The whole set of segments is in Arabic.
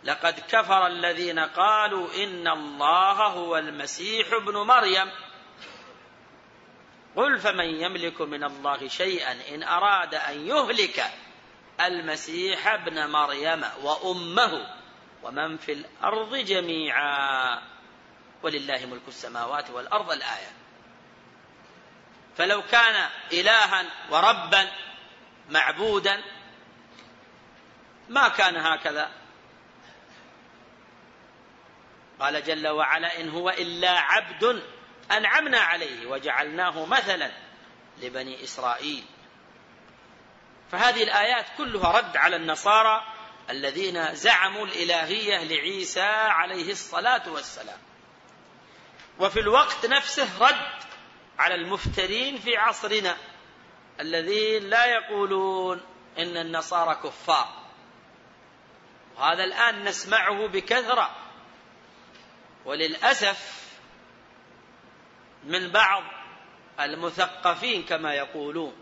لقد كفر الذين قالوا إن الله هو المسيح ابن مريم قل فمن يملك من الله شيئا إن أراد أن يهلك المسيح ابن مريم وأمه ومن في الأرض جميعا ولله ملك السماوات والأرض الآية. فلو كان إلها وربا معبودا ما كان هكذا. قال جل وعلا إن هو إلا عبد أنعمنا عليه وجعلناه مثلا لبني إسرائيل. فهذه الآيات كلها رد على النصارى الذين زعموا الإلهية لعيسى عليه الصلاة والسلام، وفي الوقت نفسه رد على المفترين في عصرنا الذين لا يقولون إن النصارى كفار. وهذا الآن نسمعه بكثرة، وللأسف من بعض المثقفين كما يقولون،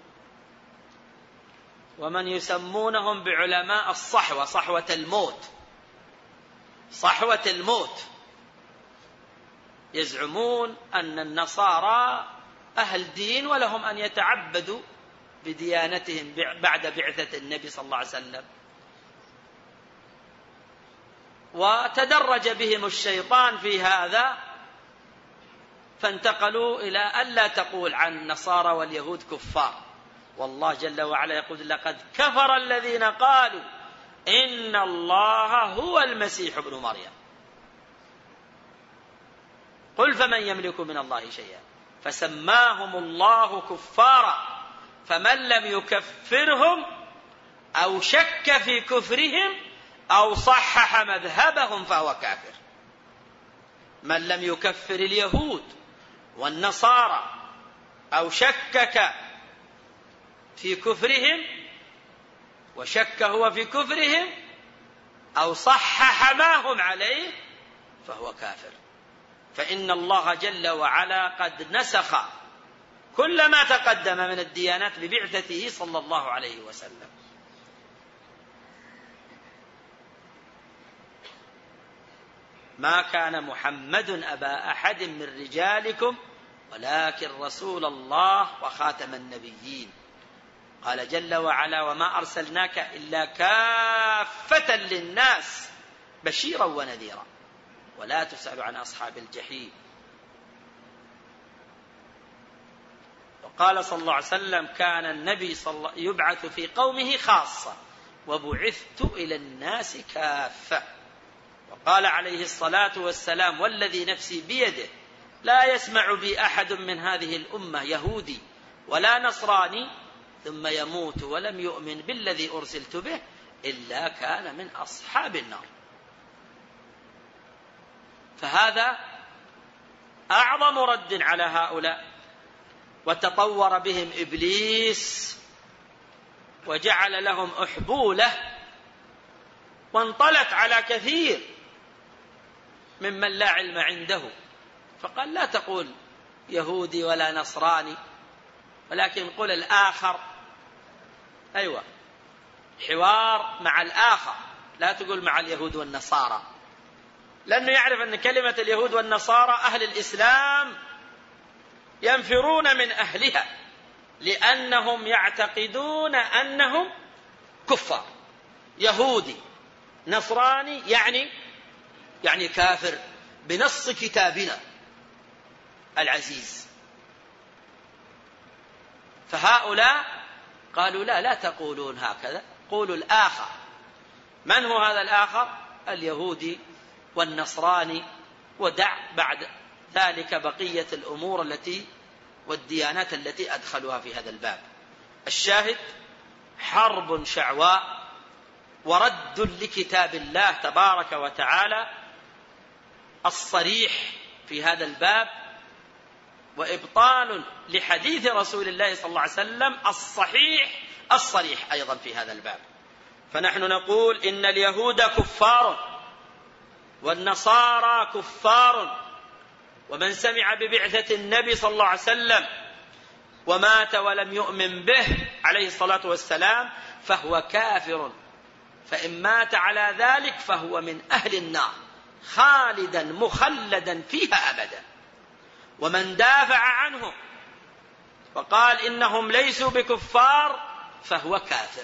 ومن يسمونهم بعلماء الصحوة، صحوة الموت، صحوة الموت، يزعمون أن النصارى أهل دين ولهم أن يتعبدوا بديانتهم بعد بعثة النبي صلى الله عليه وسلم. وتدرج بهم الشيطان في هذا فانتقلوا إلى ألا تقول عن النصارى واليهود كفار. والله جل وعلا يقول لقد كفر الذين قالوا إن الله هو المسيح ابن مريم قل فمن يملك من الله شيئا فسماهم الله كفارا فمن لم يكفرهم أو شك في كفرهم أو صحح مذهبهم فهو كافر. من لم يكفر اليهود والنصارى أو شكك في كفرهم وشك هو في كفرهم أو صحح ما هم عليه فهو كافر. فإن الله جل وعلا قد نسخ كل ما تقدم من الديانات ببعثته صلى الله عليه وسلم. ما كان محمد أبا أحد من رجالكم ولكن رسول الله وخاتم النبيين. قال جل وعلا وما أرسلناك إلا كافة للناس بشيرا ونذيرا ولا تسأل عن أصحاب الجحيم. وقال صلى الله عليه وسلم كان النبي يبعث في قومه خاصة وبعثت إلى الناس كافة. وقال عليه الصلاة والسلام والذي نفسي بيده لا يسمع بي أحد من هذه الأمة يهودي ولا نصراني ثم يموت ولم يؤمن بالذي أرسلت به إلا كان من أصحاب النار. فهذا أعظم رد على هؤلاء. وتطور بهم إبليس وجعل لهم أحبولة وانطلت على كثير ممن لا علم عنده، فقال لا تقول يهودي ولا نصراني ولكن قل الآخر. أيوة، حوار مع الآخر، لا تقول مع اليهود والنصارى، لأنه يعرف أن كلمة اليهود والنصارى أهل الإسلام ينفرون من أهلها لأنهم يعتقدون أنهم كفار. يهودي نصراني يعني كافر بنص كتابنا العزيز. فهؤلاء قالوا لا تقولون هكذا، قولوا الآخر. من هو هذا الآخر؟ اليهودي والنصراني، ودع بعد ذلك بقية الأمور والديانات التي أدخلوها في هذا الباب. الشاهد حرب شعواء ورد لكتاب الله تبارك وتعالى الصريح في هذا الباب، وإبطال لحديث رسول الله صلى الله عليه وسلم الصريح أيضا في هذا الباب. فنحن نقول إن اليهود كفار والنصارى كفار، ومن سمع ببعثة النبي صلى الله عليه وسلم ومات ولم يؤمن به عليه الصلاة والسلام فهو كافر فإن مات على ذلك فهو من أهل النار خالدا مخلدا فيها أبدا. ومن دافع عنهم وقال إنهم ليسوا بكفار فهو كافر.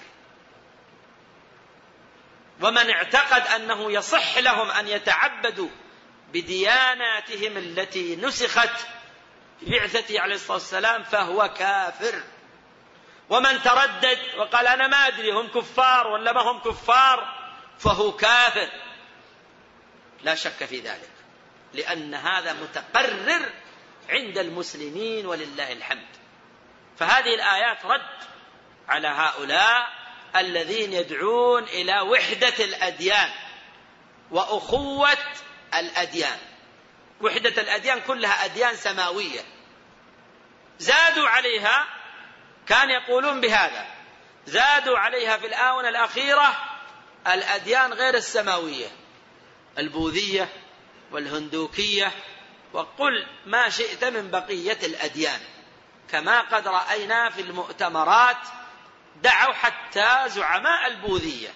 ومن اعتقد أنه يصح لهم أن يتعبدوا بدياناتهم التي نسخت في بعثته عليه الصلاة والسلام فهو كافر. ومن تردد وقال أنا ما أدري هم كفار ولا ما هم كفار فهو كافر، لا شك في ذلك، لأن هذا متقرر عند المسلمين ولله الحمد. فهذه الآيات رد على هؤلاء الذين يدعون إلى وحدة الأديان وأخوة الأديان. وحدة الأديان كلها أديان سماوية، زادوا عليها، كان يقولون بهذا، زادوا عليها في الآونة الأخيرة الأديان غير السماوية، البوذية والهندوكية، وقل ما شئت من بقية الأديان، كما قد رأينا في المؤتمرات دعوا حتى زعماء البوذية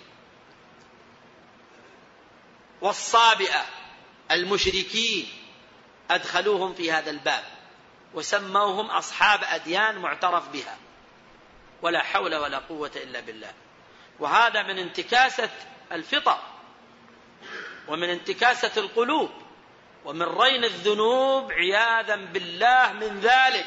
والصابئة المشركين أدخلوهم في هذا الباب وسموهم أصحاب أديان معترف بها، ولا حول ولا قوة إلا بالله. وهذا من انتكاسة الفطر ومن انتكاسة القلوب ومن رين الذنوب عياذا بالله من ذلك.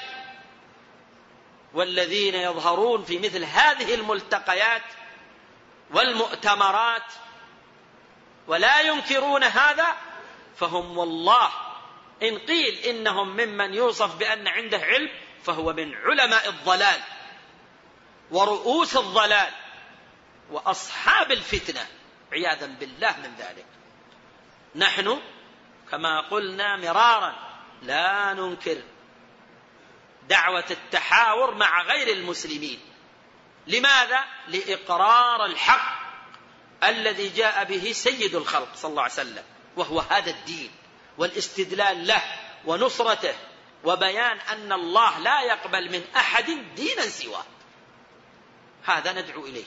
والذين يظهرون في مثل هذه الملتقيات والمؤتمرات ولا ينكرون هذا فهم والله إن قيل إنهم ممن يوصف بأن عنده علم فهو من علماء الضلال ورؤوس الضلال وأصحاب الفتنة عياذا بالله من ذلك. نحن كما قلنا مرارا لا ننكر دعوة التحاور مع غير المسلمين. لماذا؟ لإقرار الحق الذي جاء به سيد الخلق صلى الله عليه وسلم، وهو هذا الدين، والاستدلال له ونصرته، وبيان أن الله لا يقبل من أحد دينا سواه. هذا ندعو إليه.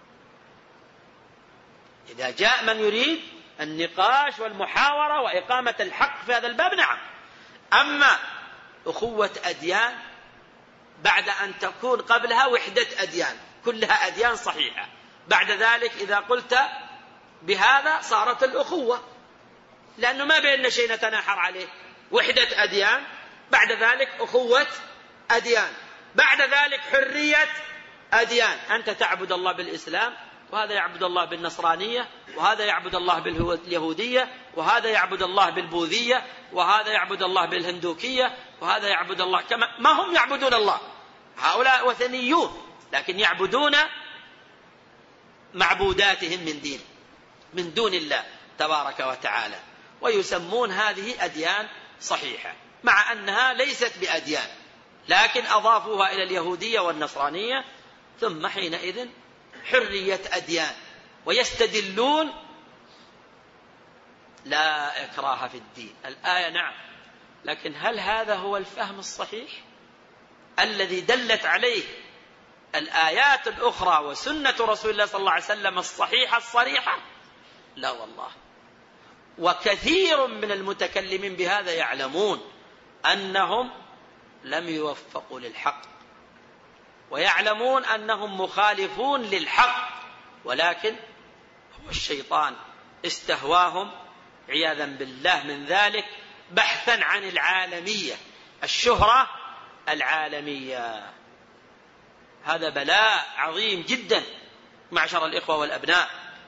إذا جاء من يريد النقاش والمحاورة وإقامة الحق في هذا الباب نعم. أما أخوة أديان بعد أن تكون قبلها وحدة أديان كلها أديان صحيحة، بعد ذلك إذا قلت بهذا صارت الأخوة، لأنه ما بيننا شيء نتناحر عليه. وحدة أديان، بعد ذلك أخوة أديان، بعد ذلك حرية أديان. أنت تعبد الله بالإسلام، وهذا يعبد الله بالنصرانية، وهذا يعبد الله باليهودية، وهذا يعبد الله بالبوذية، وهذا يعبد الله بالهندوكية، وهذا يعبد الله كما ما هم يعبدون الله. هؤلاء وثنيون لكن يعبدون معبوداتهم من دون الله تبارك وتعالى، ويسمون هذه أديان صحيحة مع أنها ليست بأديان، لكن أضافوها إلى اليهودية والنصرانية. ثم حينئذ حرية أديان، ويستدلون لا إكراه في الدين. الآية نعم، لكن هل هذا هو الفهم الصحيح الذي دلت عليه الآيات الأخرى وسنة رسول الله صلى الله عليه وسلم الصحيحة الصريحة؟ لا والله. وكثير من المتكلمين بهذا يعلمون أنهم لم يوفقوا للحق، ويعلمون أنهم مخالفون للحق، ولكن هو الشيطان استهواهم عياذا بالله من ذلك، بحثا عن العالمية، الشهرة العالمية. هذا بلاء عظيم جدا معشر الإخوة والأبناء.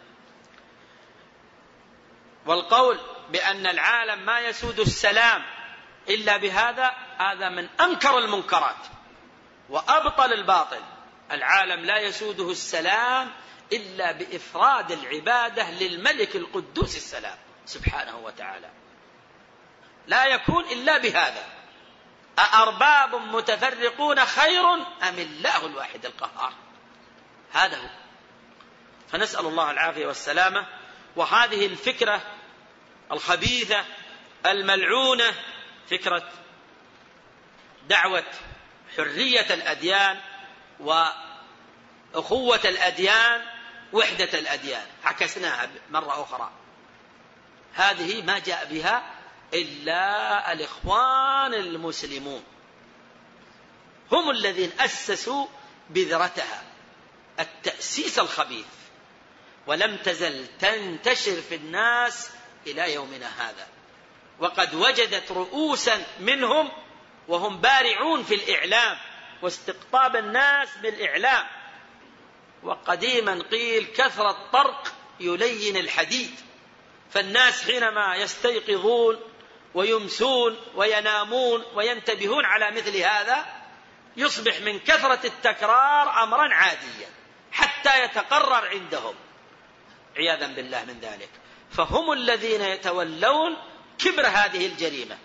والقول بأن العالم ما يسود السلام إلا بهذا، هذا من أنكر المنكرات وأبطل الباطل. العالم لا يسوده السلام إلا بإفراد العبادة للملك القدوس السلام سبحانه وتعالى، لا يكون إلا بهذا. أأرباب متفرقون خير أم الله الواحد القهار؟ هذا هو. فنسأل الله العافية والسلامة. وهذه الفكرة الخبيثة الملعونة، فكرة دعوة حرية الأديان وأخوة الأديان، وحدة الأديان، عكسناها مرة أخرى. هذه ما جاء بها إلا الإخوان المسلمون، هم الذين أسسوا بذرتها التأسيس الخبيث، ولم تزل تنتشر في الناس إلى يومنا هذا. وقد وجدت رؤوسا منهم وهم بارعون في الإعلام واستقطاب الناس بالإعلام. وقديما قيل كثرة الطرق يلين الحديد، فالناس حينما يستيقظون ويمسون وينامون وينتبهون على مثل هذا يصبح من كثرة التكرار أمرا عاديا حتى يتقرر عندهم عياذا بالله من ذلك. فهم الذين يتولون كبر هذه الجريمة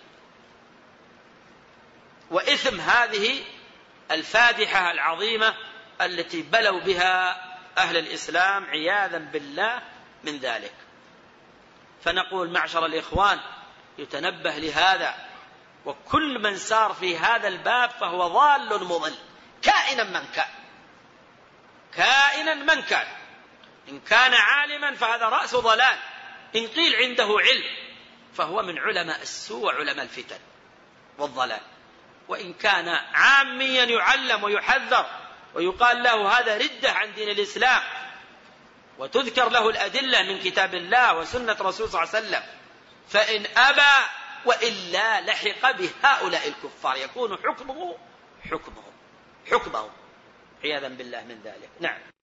وإثم هذه الفادحة العظيمة التي بلوا بها أهل الإسلام عياذا بالله من ذلك. فنقول معشر الإخوان يتنبه لهذا، وكل من سار في هذا الباب فهو ضال مضل كائنا من كان، كائنا من كان. إن كان عالما فهذا رأس ضلال، إن قيل عنده علم فهو من علماء السوء وعلماء الفتن والضلال. وإن كان عاميا يعلم ويحذر ويقال له هذا ردة عن دين الإسلام وتذكر له الأدلة من كتاب الله وسنة رسول صلى الله عليه وسلم، فإن أبى وإلا لحق بهؤلاء الكفار يكون حكمهم عياذا بالله من ذلك. نعم.